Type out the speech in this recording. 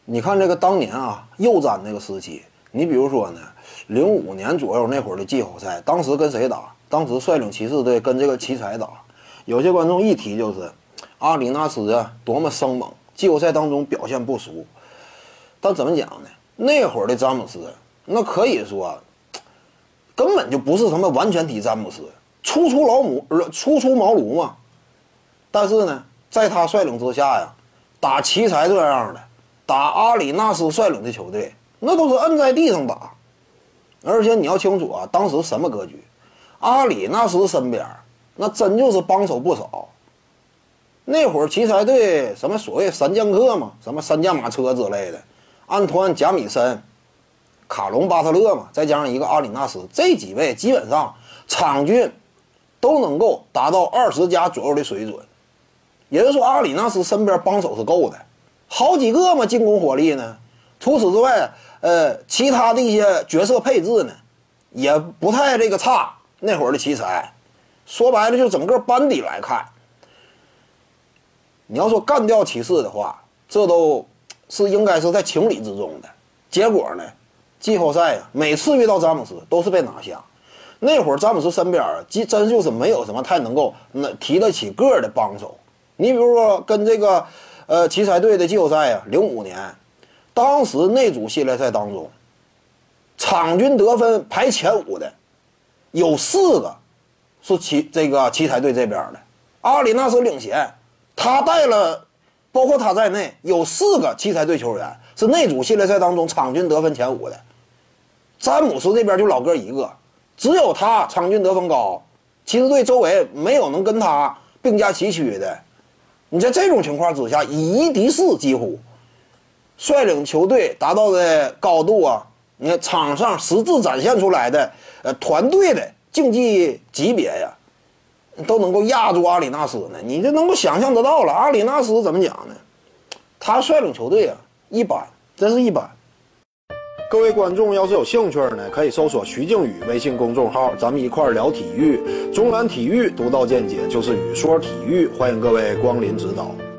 你看这个当年啊，右詹那个时期，你比如说呢，05年左右那会儿的季后赛，当时跟谁打？当时率领骑士队跟这个奇才打。有些观众一提就是阿里纳斯啊，多么生猛，季后赛当中表现不俗。但怎么讲呢？那会儿的詹姆斯，那可以说根本就不是什么完全体詹姆斯，初出茅庐嘛。但是呢，在他率领之下呀，打奇才这样的，打阿里纳斯率领的球队，那都是摁在地上打。而且你要清楚啊，当时什么格局？阿里纳斯身边那真就是帮手不少。那会儿奇才队什么所谓三剑客嘛，什么三驾马车之类的，安托万·贾米森、卡隆·巴特勒嘛，再加上一个阿里纳斯，这几位基本上场均都能够达到20加左右的水准。也就是说，阿里纳斯身边帮手是够的，好几个嘛，进攻火力呢。除此之外，其他的一些角色配置呢，也不太这个差。那会儿的奇才，说白了就整个班底来看，你要说干掉骑士的话，这都是应该是在情理之中的。结果呢，季后赛啊，每次遇到詹姆斯都是被拿下。那会儿詹姆斯身边真就是没有什么太能够提得起个的帮手。你比如说跟这个奇才队的季后赛啊，05年，当时那组系列赛当中，场均得分排前5的有4个是奇才队这边的。阿里纳斯领衔，他带了包括他在内有4个奇才队球员是那组系列赛当中场均得分前5的。詹姆斯这边就老哥一个，只有他场均得分高，骑士队周围没有能跟他并驾齐驱的。你在这种情况之下，以一敌4，几乎率领球队达到的高度啊，你看场上实质展现出来的团队的竞技级别呀，都能够压住阿里纳斯呢，你就能够想象得到了。阿里纳斯怎么讲呢？他率领球队啊，一般，真是一般。各位观众要是有兴趣呢，可以搜索徐静宇微信公众号，咱们一块聊体育。中南体育独到见解就是语说体育，欢迎各位光临指导。